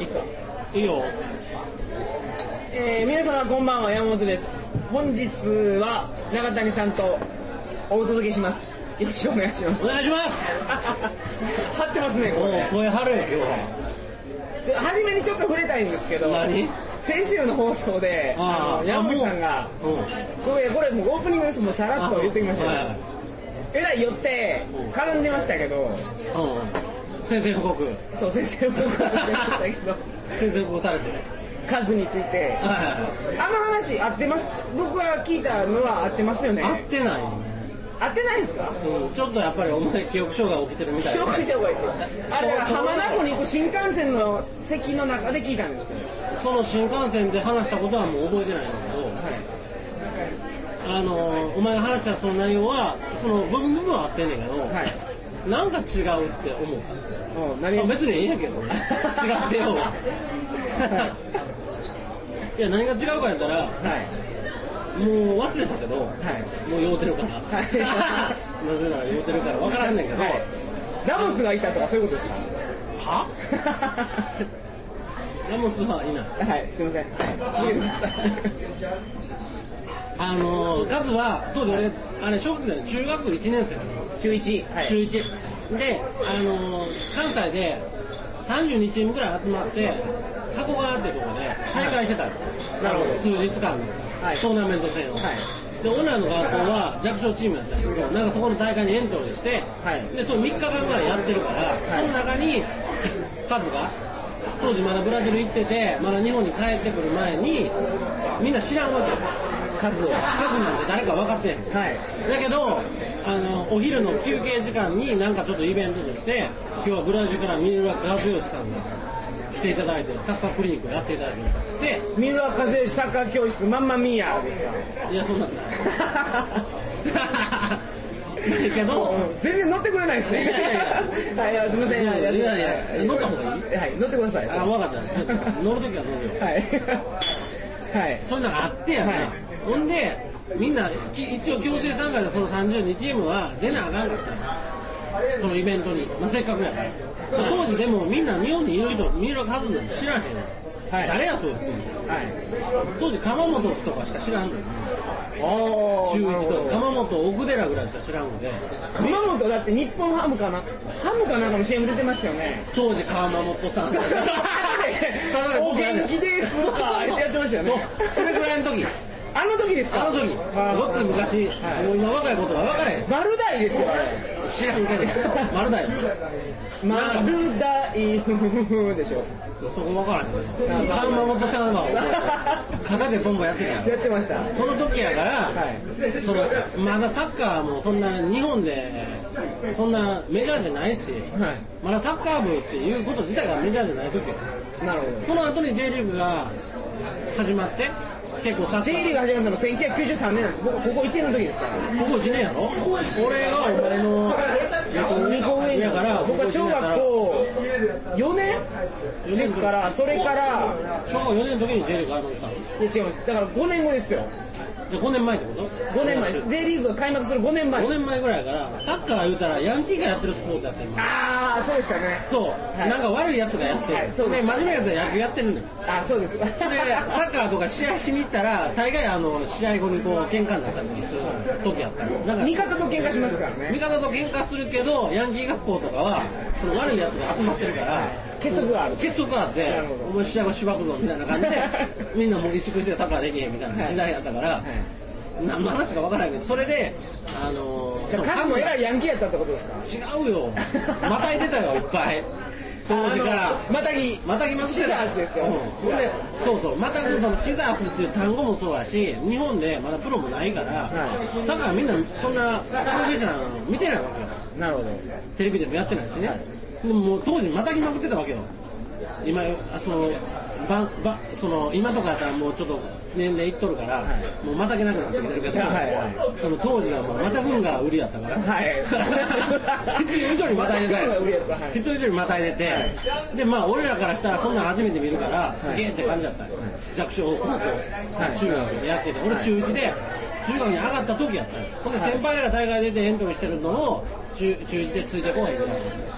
いいっすか？ いいよ。 皆様こんばんは、山本です。本日は中谷さんとお届けします。よろしくお願いします。 お願いします。 張ってますね、これ。 声張るよ今日は。 初めにちょっと触れたいんですけど、 何？ 先週の放送で山本さんがこれもうオープニングです。もうさらっと言ってきましたけど、えらい寄って絡んでましたけど、 宣戦布告。 そう、宣戦布告してましたけど宣戦布告されて数について、あの話合ってます？僕が聞いたのは合ってますよね？ 合ってないよね。 合ってないですか？ ちょっとやっぱりお前記憶障害起きてるみたいな。 記憶障害ってあれは浜名湖に行く新幹線の席の中で聞いたんですよ。 その新幹線で話したことはもう覚えてないんだけど、お前が話したその内容はその部分は合ってんねんけど、なんか違うって思った。別にいいんやけどね。違ってよ。いや、何が違うかやったら、もう忘れたけど、もう酔うてるから、なぜなら酔うてるから分からんねんけど、 ラモスがいたとかそういうことですか？ は？ラモスはいない。 はい、すいません。続けてください。 カズは当時俺あれ小学生中学1年生。 中1。 中1で関西で32チームぐらい集まって加古川っていうところで大会してたの。 なるほど。 数日間のトーナメント戦を。で俺らの学校は弱小チームやったんだけど、なんかそこの大会にエントリーして、でその3日間ぐらいやってるから、その中にカズが当時まだブラジル行ってて、まだ日本に帰ってくる前にみんな知らんわけよ。カズなんて誰か分かってん、だけどお昼の休憩時間になんかちょっとイベントとして今日はブラジルから三浦和義さんが来ていただいてサッカークリニックをやっていただいてますで三浦和義サッカー教室マンマミーヤですか？ いやそんなんないないけど全然乗ってくれないですね。はい、すみません。 いや乗った方がいい？ はい、乗ってください。 分かった。乗るときは乗るよ。はい。そういうのがあってやな。ほんでみんな一応強制参加でその32チームは出なあかんかったそのイベントに、せっかくやから、当時でもみんな日本にいる人三浦和なんて知らへん、誰やそいつ、当時鎌本とかしか知らんのよ。中1と鎌本奥寺ぐらいしか知らんので。 鎌本だって日本ハムかなんかの CM 出てましたよね。 当時鎌本さんお元気ですとかあれやってましたよね。 それぐらいの時あの時ですか？ あの時ごっつ昔、もう今若いことは分からへん。 丸大ですよあれ。 知らんけど丸大丸大でしょ。 そこ分からへん。鎌本さんは肩でボンボンやってたやってました。 その時やから、そのまだサッカーもそんな日本でそんなメジャーじゃないし、まだサッカー部っていうこと自体がメジャーじゃない時や。 なるほど。 その後に J リーグが始まって結構 J リーグ始まったの1993年なんです。僕ここ1年の時ですから。 ここ1年やろ？俺がお前の 2個上やから、僕は小学校4年ですから、それから小学校4年の時に J リーグ始まったの？ 違います。だから5年後ですよ。 5年前ってこと ？5年前。J リーグが開幕する5年前。 5年前ぐらいやから、サッカー言うたらヤンキーがやってるスポーツやってる。 ああ、そうでしたね。 そう、なんか悪いやつがやってる。そうで真面目なやつは野球やってるんだよ。 あ、そうです。で、 サッカーとか試合しに行ったら、大概試合後にこう喧嘩になったりする時やったの。 味方と喧嘩しますからね。 味方と喧嘩するけど、ヤンキー学校とかはその悪いやつが集まってるから。 結束がある。 結束があって、お前試合後しばくぞみたいな感じで、みんなもう萎縮してサッカーできへんみたいな時代やったから、何の話か分からないけど、それで、 カズもえらいヤンキーやったってことですか？ 違うよ。またいてたよ、いっぱい。当時から。 またぎまくってた。シザースですよ。 そう、またそのシザースっていう単語もそうやし、日本でまだプロもないから、サッカーみんなそんなプロフェッショナルなの見てないわけよ。 なるほど。 テレビでもやってないしね。でももう当時またぎまくってたわけよ。今今とかやったらもうちょっと年齢いっとるから、もうまたげなくなってきてるけど、その当時はもうまたぐんが売りやったから、必要以上にまたいでて、必要以上にまたいでて、でまあ俺らからしたらそんな初めて見るからすげえって感じだったよ。弱小高校、中学でやってて、俺中1で中学に上がった時やったよ。ほんで先輩らが大会出てエントリーしてるのを中1でついてこないみたいな。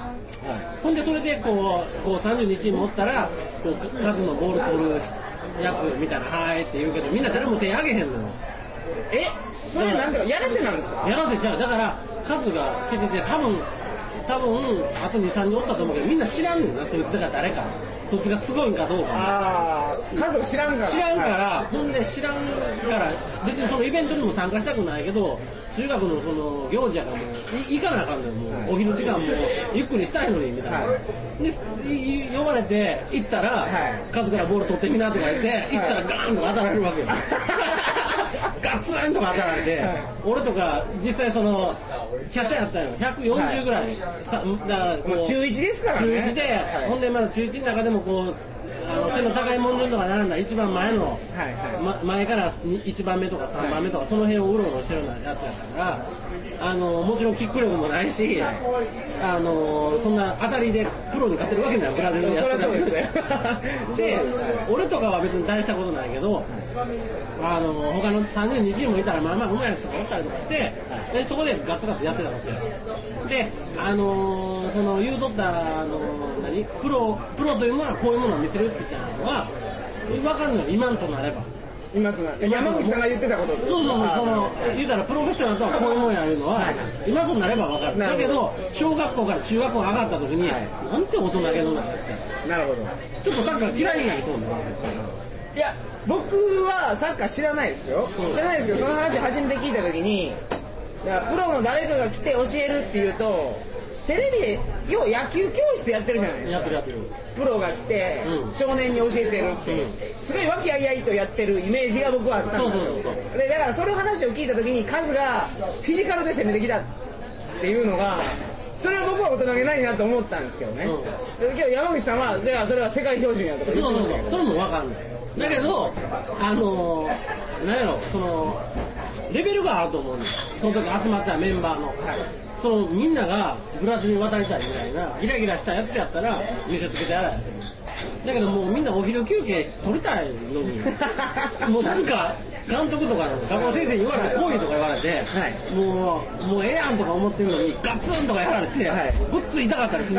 ほんでそれでこう32チームおったらこう数のボール取る役みたいな「はい」って言うけどみんな誰も手挙げへんのよ。 それなんかやらせなんですか？ やらせちゃう。だから数が来てて多分あと 2,3 人おったと思うけどみんな知らんねんな、そいつが誰か、そいつがすごいんかどうか。 数を知らんからほんで知らんから別にそのイベントにも参加したくないけど中学のその行事やからもう行かなあかんのよ。もうお昼時間もゆっくりしたいのにみたいな、で呼ばれて行ったら、数からボール取ってみなとか言って行ったらガーンとか当たられるわけよガツンとか当たられて、俺とか実際その華奢やったよ140ぐらい、だからもう中1ですからね。 中1で、ほんでまだ中1の中でもこう背の高いもん順とか並んだ一番前の、前から1番目とか3番目とかその辺をうろうろしてるようなやつやったからもちろんキック力もないし、そんな当たりでプロに勝てるわけないブラジルでやってるそうですねで俺とかは別に大したことないけど他の32チームいたらまあまあうまいやつとかおったりとかして、でそこでガツガツやってたわけよ。でその言うとったプロというのはこういうものを見せるみたいなのは分かんない。今となれば山口さんが言ってたことです。 そう言うたらプロフェッショナルとはこういうもんやいうのは、今となれば分かる。だけど小学校から中学校上がった時に、なんて大人げのないやつや。 なるほど。 ちょっとサッカー嫌いになりそうね。 いや僕はサッカー知らないですよ。知らないですけどその話初めて聞いた時にプロの誰かが来て教えるっていうとテレビで要は野球教室やってるじゃないですか。 やってるプロが来て、少年に教えてるっていう、すごい和気あいあいとやってるイメージが僕はあったんですよ。でだからその話を聞いた時にカズがフィジカルで攻めてきたっていうのがそれは僕は大人げないなと思ったんですけどね。今日山口さんはじゃあそれは世界標準やとか言ってましたけど、 それも分かんない。だけどなんやろそのレベルがあると思うんです。その時集まったメンバーの、そのみんながブラジルに渡りたいみたいなギラギラしたやつやったら見せつけてやらない。だけどもうみんなお昼休憩取りたいのにもうなんか監督とか学校先生に言われて来いとか言われて、もうええやんとか思ってるのにガツンとかやられて、ぶっつ痛かったりする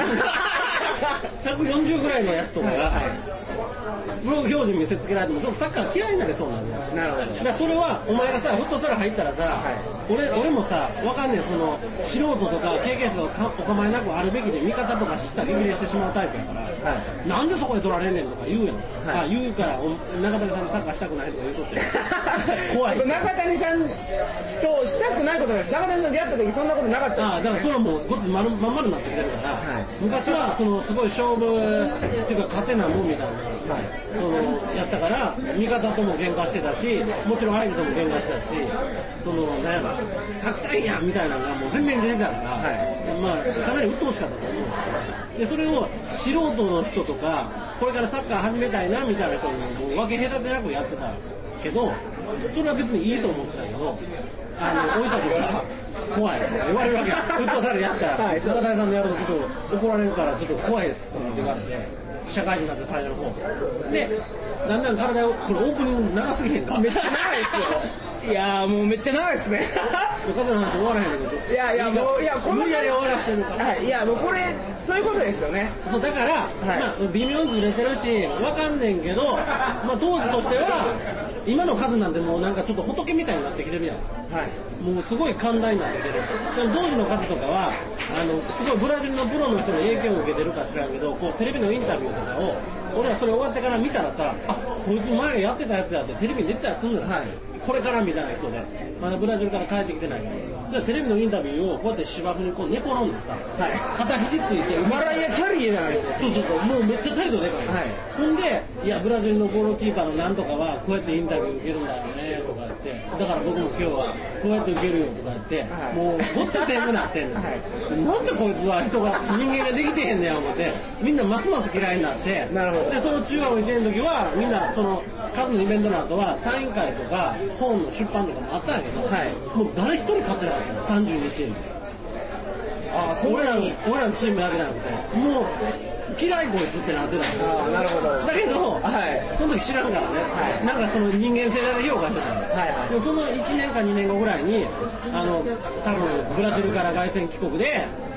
140ぐらいのやつとかがプロ標準見せつけられてもちょっとサッカー嫌いになりそうなんだよ。 なるほど。 だからそれはお前がさフットサル入ったらさ、俺もさ分かんねえ、その素人とか経験者とかお構いなくあるべきで味方とか知った激励してしまうタイプやから、なんでそこで取られんねんとか言うやん、言うから中谷さんにサッカーしたくないとか言うとって怖い中谷さんとしたくないことです。中谷さんと出会った時そんなことなかった。 だからそれはもうごっつまん丸になってきてるから、昔はそのすごい勝負っていうか勝てなもんみたいな、そのやったから味方とも喧嘩してたし、もちろん相手とも喧嘩してたし、そのなんやろ勝ちたいんやみたいなのがもう全面出てたから、まあかなり鬱陶しかったと思う。でそれを素人の人とかこれからサッカー始めたいなみたいな人にもう分け隔てなくやってたけど、それは別にいいと思ってたけど、置いたとか怖いとか言われるわけや。フットサルやったら中谷さんのやるとちょっと怒られるからちょっと怖いですとか言われて、社会人になって最初の方でだんだん体をこれオープニング長すぎへんか。 めっちゃ長いですよ。いやもうめっちゃ長いですね。 風の話終わらへんだけど、 いやもう無理やり終わらせてるから、 いやもうこれそういうことですよね。 そうだから、まあ微妙にずれてるしわかんねんけど、まあ当時としては今の数なんてもうなんかちょっと仏みたいになってきてるやん。もうすごい寛大になってきてる。でも当時の数とかはすごいブラジルのプロの人の影響を受けてるか知らんけど、こうテレビのインタビューとかを俺はそれ終わってから見たらさ、こいつ前やってたやつやってテレビに出てたりするのよ、これからみたいな人でまだブラジルから帰ってきてないから、じゃあテレビのインタビューをこうやって芝生にこう寝転んでさ、肩肘ついてマライア・キャリーじゃないですか。 そうもうめっちゃ態度でかい、ほんでいやブラジルのゴールキーパーのなんとかはこうやってインタビュー受けるんだよねとか言って、だから僕も今日はこうやって受けるよとか言って、もうごっつ天狗なってんの、なんでこいつは人間ができてへんねや思ってみんなますます嫌いになって、でその中学1年の時はみんなその数のイベントの後はサイン会とか本の出版とかもあったんやけど、もう誰一人勝ってなかったの32チーム。俺らのチームだけじゃなくてもう嫌いこいつってなってたの。 なるほど。 だけど、その時知らんからね、なんかその人間性だけ評価してたの、でもその1年か2年後ぐらいに多分ブラジルから凱旋帰国で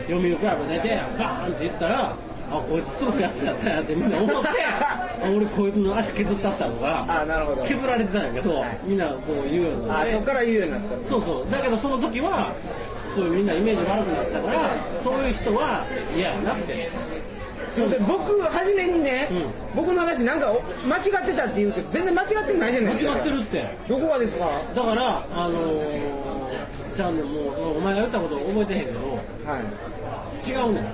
読売クラブ出てバーンって言ったら、あ、こいつすごいやつやったんやってみんな思って俺こいつの足削ったったのが削られてたんやけど、みんなこう言うようになって、 そっから言うようになった。 そうそう。だけどその時はそういうみんなイメージ悪くなったから、そういう人は嫌やなって。 すいません、僕初めにね、僕の話なんか間違ってたって言うけど全然間違ってないじゃないですか。 間違ってるって。 どこがですか。 だからじゃあね、もうお前が言ったこと覚えてへんけど、違うねん。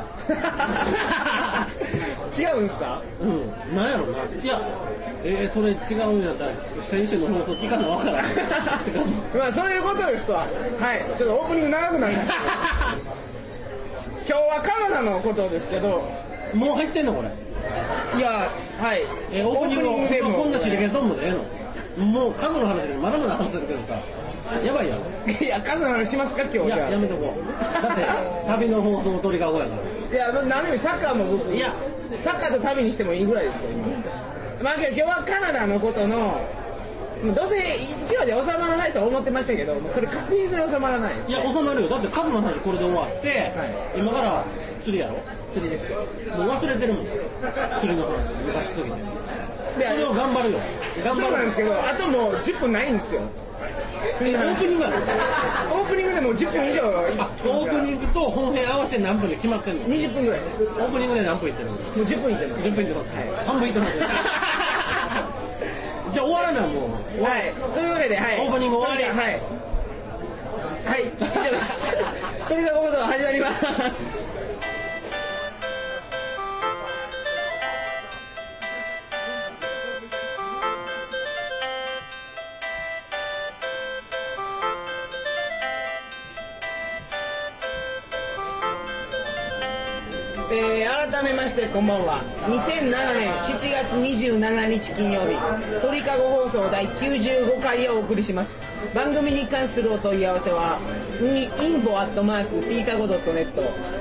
違うんですか。 なんやろな。いや、それ違うんやったら先週の放送聞かなわからん。 まあそういうことですわ。はい、ちょっとオープニング長くなりました。今日はカナダのことですけど。 もう入ってんのこれ。 いや、はい。 オープニングでもこんな知り合いとんもでええの。もう数の話でまだまだ話せるけどさ。やばいやろ。 いや、数の話しますか今日。 いや、やめとこう。だって旅の放送鳥かごやから。 いや、何でもサッカーも僕、いや、サッカーと旅にしてもいいぐらいですよ今。まあ今日はカナダのことのどうせ1話で収まらないとは思ってましたけど、もうこれ確実に収まらないです、ね。 いや、収まるよ。だって数の話これで終わって、今から釣りやろ。 釣りですよ。 もう忘れてるもん。釣りの話昔すぎて。で、それを頑張るよ。 そうなんですけど、あともう10分ないんですよ。 オープニングやろ。 オープニングでもう10分以上。 オープニングと本編合わせて何分で決まってんの。 20分ぐらいです。 オープニングで何分いってるの。もう10分いってます。 10分いってます。半分いってます。じゃあ終わらないもう。 はい。というわけで、はい。 オープニング終わり。 はい。はい。以上です。とにかく放送始まります。改めましてこんばんは。2007年7月27日金曜日、鳥かご放送第95回をお送りします。番組に関するお問い合わせは info@tkago.net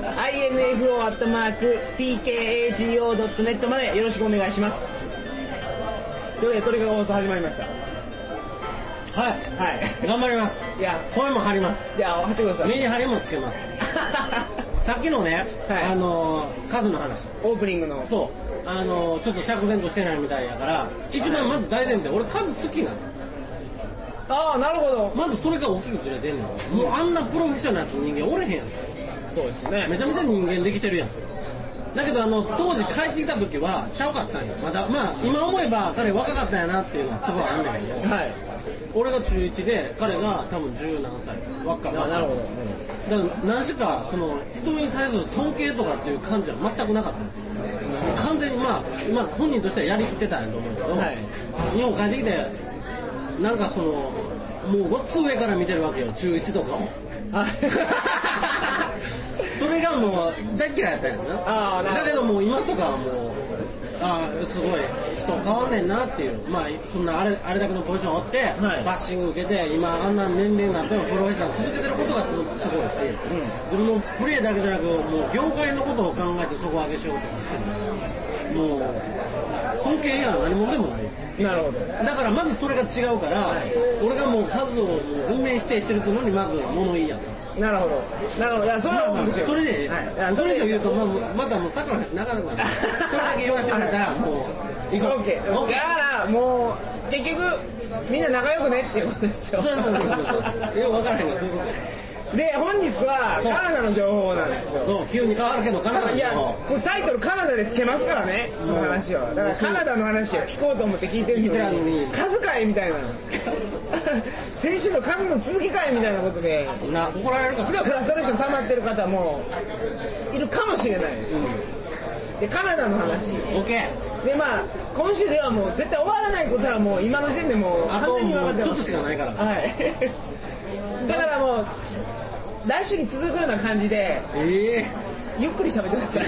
info@tkago.net までよろしくお願いします。というわけで鳥かご放送始まりました。 はい頑張ります。いや、声も張ります。 じゃあ張ってください。 目に張りもつけます。さっきのね、数の話、 オープニングの、 そう、ちょっと釈然としてないみたいやから、一番まず大前提、俺数好きなの。 ああ、なるほど。 まずそれが大きくずれてんの。もうあんなプロフェッショナルな人間おれへんやん。 そうですね。 めちゃめちゃ人間できてるやん。だけど当時帰ってきた時はちゃうかったんよ。まだまあ今思えば彼若かったんやなっていうのはすごいあんだけど、俺が中1で彼が多分10何歳若かった。 なるほど。 だから何しかその人に対する尊敬とかっていう感じは全くなかった。完全にまあ本人としてはやりきってたんやと思うけど、日本帰ってきてなんかそのもうごっつ上から見てるわけよ、中1とかを。それがもう大嫌いやったんやな。だけどもう今とかはもうすごい人変わんねんなっていう、まあそんなあれだけのポジションを追って、バッシング受けて今あんな年齢になってもプロフェッショナル続けてることがすごいし、自分のプレーだけじゃなくもう業界のことを考えて底上げしようとかしてもう尊敬や何者でもない。 なるほど。 だからまずそれが違うから、俺がもう数を運命否定してるっていうのにまず物言いやった。 なるほど。なるほど。それはそれで、それ以上言うとまたもうサッカーの話なかなかなる。それだけ言わせてくれたらもう行こう。 オッケー。だからもう結局みんな仲良くねっていうことですよ。 そう。よく分からへんがそういうこと。 で本日はカナダの情報なんですよ。 そう、急に変わるけどカナダの情報。 これタイトルカナダでつけますからね、この話を。だからカナダの話を聞こうと思って聞いてるのに数かいみたいな先週の数の続きかいみたいなことで怒られるかすごいフラストレーション溜まってる方もいるかもしれないです。でカナダの話 OK で、まあ今週ではもう絶対終わらないことはもう今の時点でもう完全に分かってます。 ちょっとしかないから、 はいだからもう来週に続くような感じで、ゆっくり喋ってください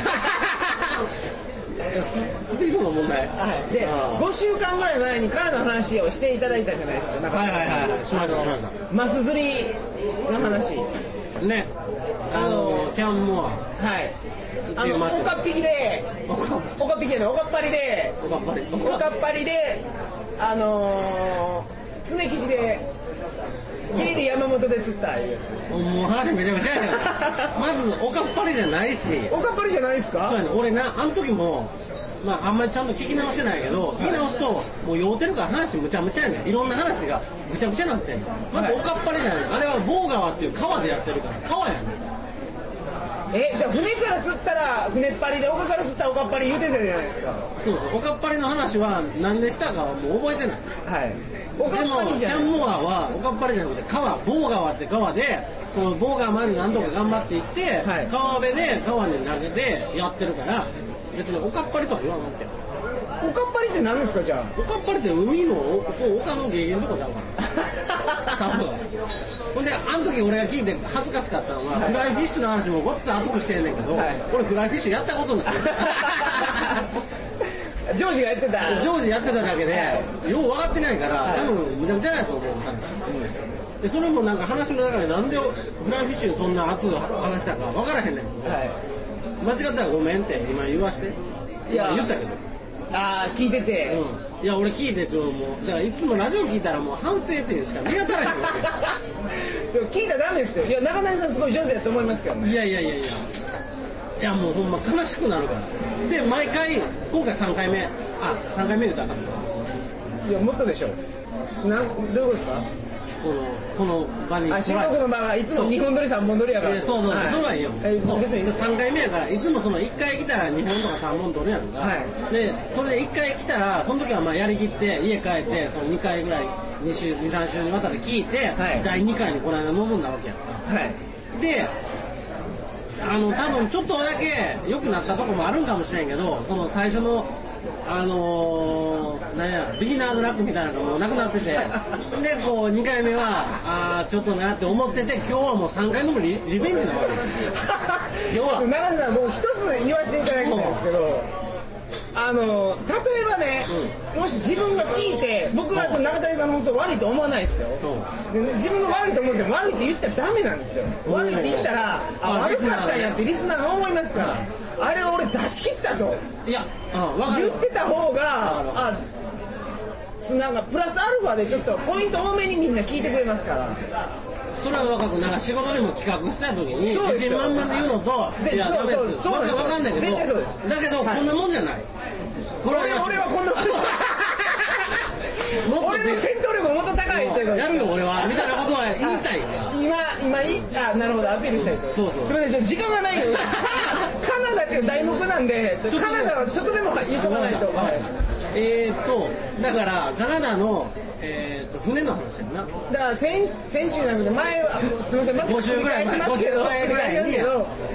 スピードの問題。 で5週間ぐらい前にカナダの話をしていただいたじゃないですか。 しましたマス釣りの話ね、キャンモア、 おかっぴきでおかっぱりで常吉でギリ山本で釣ったいうやつですよ。 もう話めちゃめちゃやねん。まずおかっぱりじゃないし。 おかっぱりじゃないですか。 そうやね、俺な、あの時もまああんまりちゃんと聞き直してないけど、聞き直すともう酔うてるから話むちゃむちゃやねん。いろんな話がむちゃむちゃなってん。まずおかっぱりじゃない、あれは坊川っていう川でやってるから川やねん。 じゃあ船から釣ったら船っ張りで、丘から釣ったらおかっぱり言うてたじゃないですか。 そうそう、おかっぱりの話は何でしたかはもう覚えてない。 はい。 でもキャンモアはおかっぱりじゃなくて川、坊川って川で、その坊川まで何とか頑張っていって、はい、川辺で川に投げてやってるから、別におかっぱりとは言わなくて。 おかっぱりって何ですか。じゃあおかっぱりって海の丘のゲゲンとこちゃうかな。多分。ほんであの時俺が聞いて恥ずかしかったのは、はい、フライフィッシュの話もごっつ熱くしてんねんけど、はい、俺フライフィッシュやったことない。 ジョージがやってた。 ジョージやってただけで、よう分かってないから、はい、多分むちゃむちゃないと思う話。でそれもなんか話の中でなんでフライフィッシュにそんな熱く話したか分からへんねんけど、はい、間違ったらごめんって今言わして。いや言ったけど。 ああ聞いてて、 いや俺聞いてもうだからいつもラジオ聞いたらもう反省点しか目当たらへんわけ。そう聞いたらダメですよ。いや中谷さんすごい上手やと思いますけどね。 いやもうほんま悲しくなるから。で毎回今回3回目3回目言うたらあかん。 いやもっとでしょ。どういうことですか。 この場に収録の場がいつも2本撮り3本撮りやから。 そう、はい、そうなんよ。そう別に3回目やからいつもその1回来たら2本とか3本撮るやんか、はい、でそれで1回来たらその時はまあやりきって家帰ってその2回ぐらい2、3週にわたって聞いて、はい、第2回にこの間臨んだわけやんか、はい、で多分ちょっとだけ良くなったとこもあるんかもしれんけど、この最初のなんやビギナーズラックみたいなのがもうなくなっててでこう2回目はちょっとなって思ってて、今日はもう3回目もリベンジなわけ。今日は長瀬さんもう一つ言わせていただきたいんですけど、例えばね、もし自分が聞いて僕が中谷さんの放送悪いと思わないですよ、で自分が悪いと思っても悪いって言っちゃダメなんですよ。悪いって言ったら悪かったんやってリスナーが思いますから、あれを俺出し切ったと言ってた方がなんかプラスアルファでちょっとポイント多めにみんな聞いてくれますから。 それは若くなんか仕事でも企画した時に自信満々で言うのといやダメです分かんないけど、だけどこんなもんじゃない。 俺はこんなもん俺の戦闘力ももっと高いということやるよ俺はみたいなことは言いたい。 今なるほどアピールしたいと。そうすみません時間がないけどカナダっていう題目なんでカナダはちょっとでも言いとかないと。 だからカナダの船の話やな。 だから先週なので前はすみません 5週ぐらい前ぐらいに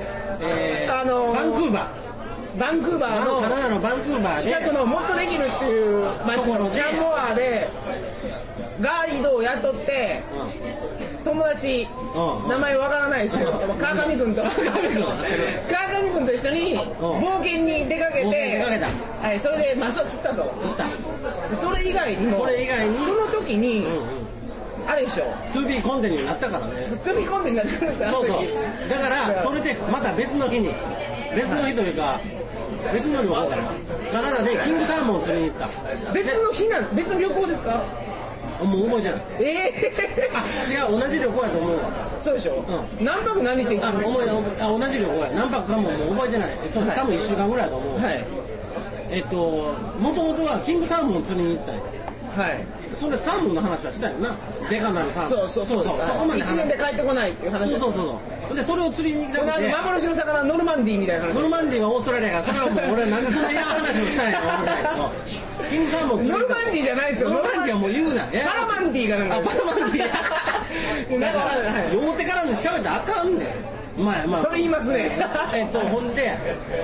バンクーバーのカナダのバンクーバーで近くのもっとできるっていう街のキャンモアでガイドを雇って友達名前わからないですけど川上君と一緒に冒険に出かけて、はい、それでマスを釣ったと。それ以外にもその時にあれでしょ 2B コンテになったからね。 2B コンテになってくるんですよ。 そうだからそれでまた別の日というか別の旅行からカナダでキングサーモンを釣りに行った。 別の旅行ですか。 もう覚えてない。違う同じ旅行やと思うわ。 そうでしょ、何泊何日行ったんですか。 同じ旅行や。何泊かも覚えてない。多分1週間ぐらいだと思う。もともとはキングサーモンを釣りに行ったんや。はい。それサーモンの話はしたよな。でかなるサーモン。そうそこまで1年で帰ってこないっていう話。そうでそれを釣りに行きたくて幻の魚ノルマンディーみたいな話。 ノルマンディーはオーストラリアからそれはもう俺なんでそんな嫌な話をしたんやか分からないけどキングサーモン釣りノルマンディーじゃないですよ。 ノルマンディーはもう言うな。 パラマンディーがなんかパラマンディーだから表からの喋ったらあかんねん。 それ言いますね。 ほんで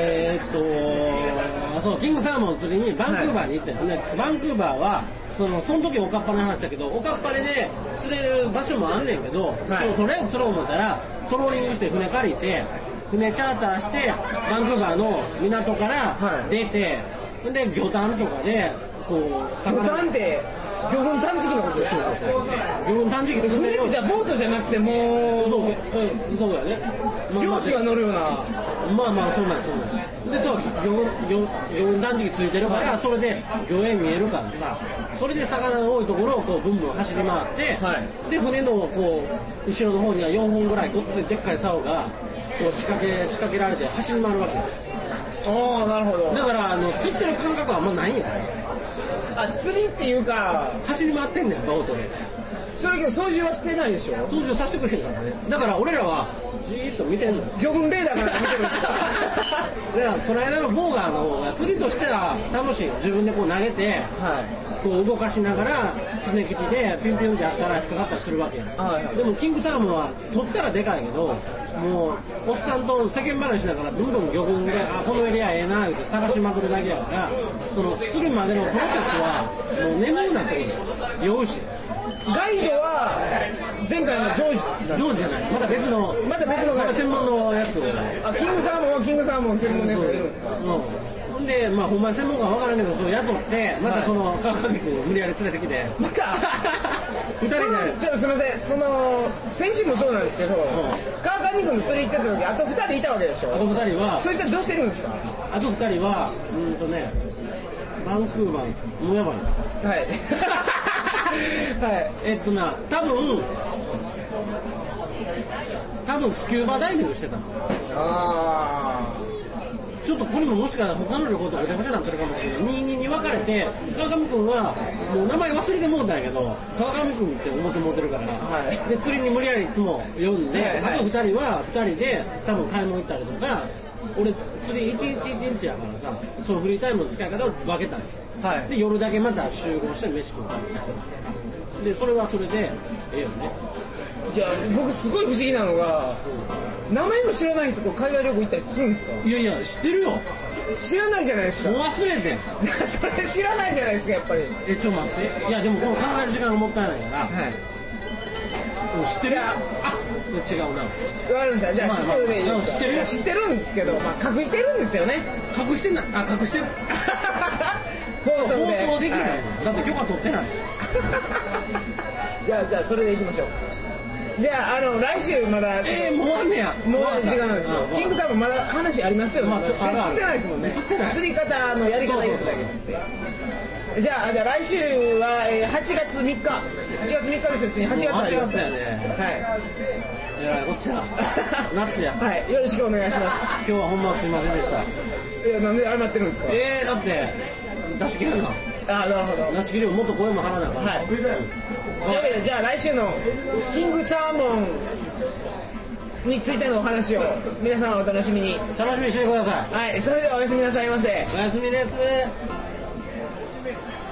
そうキングサーモン釣りにバンクーバーに行ったよね。バンクーバーはその時おかっぱの話だけどおかっぱで釣れる場所もあんねんけど、とりあえず釣ろう思ったらトローリングして船借りて船チャーターしてバンクーバーの港から出て、で魚探とかでこう魚探って魚群探知機のことでしょ。 魚群探知機って船じゃボートじゃなくてもうそうやね。 漁師が乗るようなまあそうなんでで魚断食ついてるから、それで魚影見えるからさ、それで魚の多いところをこうブンブン走り回って、で船のこう後ろの方には4本ぐらいごっついでっかい竿がこう仕掛けられて走り回るわけよ。 ああ、なるほど。 だから釣ってる感覚はあんまないんや。 あ、釣りっていうか走り回ってんねん、ボートで。 それけど操縦はしてないでしょ。 操縦させてくれへんからね。だから俺らはじーっと見てんの。 魚群レーダーから見てるんですか。 だからこの間のボーガーの方が釣りとしては楽しいよ。自分でこう投げて、こう動かしながら常吉でピンピンってやったら引っかかったりするわけやん、でもキングサーモンは取ったらでかいけど、もうおっさんと世間話しながらどんどん魚群でこのエリアええなって探しまくるだけやから、その釣るまでのプロセスはもう眠くなってくる。酔うし。 ガイドは前回のジョージじゃない、また別のそれ専門のやつを。 あ、キングサーモンはキングサーモン専門のやつがいるんですか。 ほんで、まあほんまに専門家は分からんけど、そう雇ってまたその川上君を無理やり連れてきて、 また 2人でちょっとすみません、その先週もそうなんですけど、川上君の釣り行ってた時あと2人いたわけでしょ。 あと2人はそいつはどうしてるんですか。 あと2人はバンクーバーもうやばいはい多分スキューバダイビングしてたの。ちょっとこれももしかしたら他の旅行とごちゃごちゃになってるかもしれない。2に分かれて、川上君はもう名前忘れてもうたんやけど、川上君って思ってもうてるから、で釣りに無理やりいつも呼んで、あと2人は2人で多分買い物行ったりとか、俺釣り1日1日やからさ、そのフリータイムの使い方を分けたんや、で夜だけまた集合して飯食うからで、それはそれでええよね。 いや僕すごい不思議なのが、名前も知らない人と海外旅行行ったりするんですか。 いやいや知ってるよ。 知らないじゃないですか。 もう忘れてそれ知らないじゃないですか、やっぱり。 ちょっと待って、いやでもこの考える時間がもったいないから、知ってる。あ、違うな。 分かりました。じゃあ知ってるでいいですか。 知ってる。 知ってるんですけど、まあ隠してるんですよね。 隠してない。あ、隠してる。放送できない、だって許可取ってないし。 じゃあそれでいきましょう。じゃあ来週まだもうあんねや。 もう時間なんですよ。キングさんもまだ話ありますよね。釣ってないですもんね。釣り方のやり方言うだけですね。じゃあ来週は8月3日ですよ。次8月あります。 はい。いやこっちだ。夏や。 はい。よろしくお願いします。 今日はほんますいませんでした。 いやなんで謝ってるんですか。 だって出し切るな。 あ、なるほど。 出し切るよ、もっと声も張らなかった。はい。 じゃあ来週のキングサーモンについてのお話を皆さんお楽しみにしてください。 はい。それではおやすみなさいませ。 おやすみです。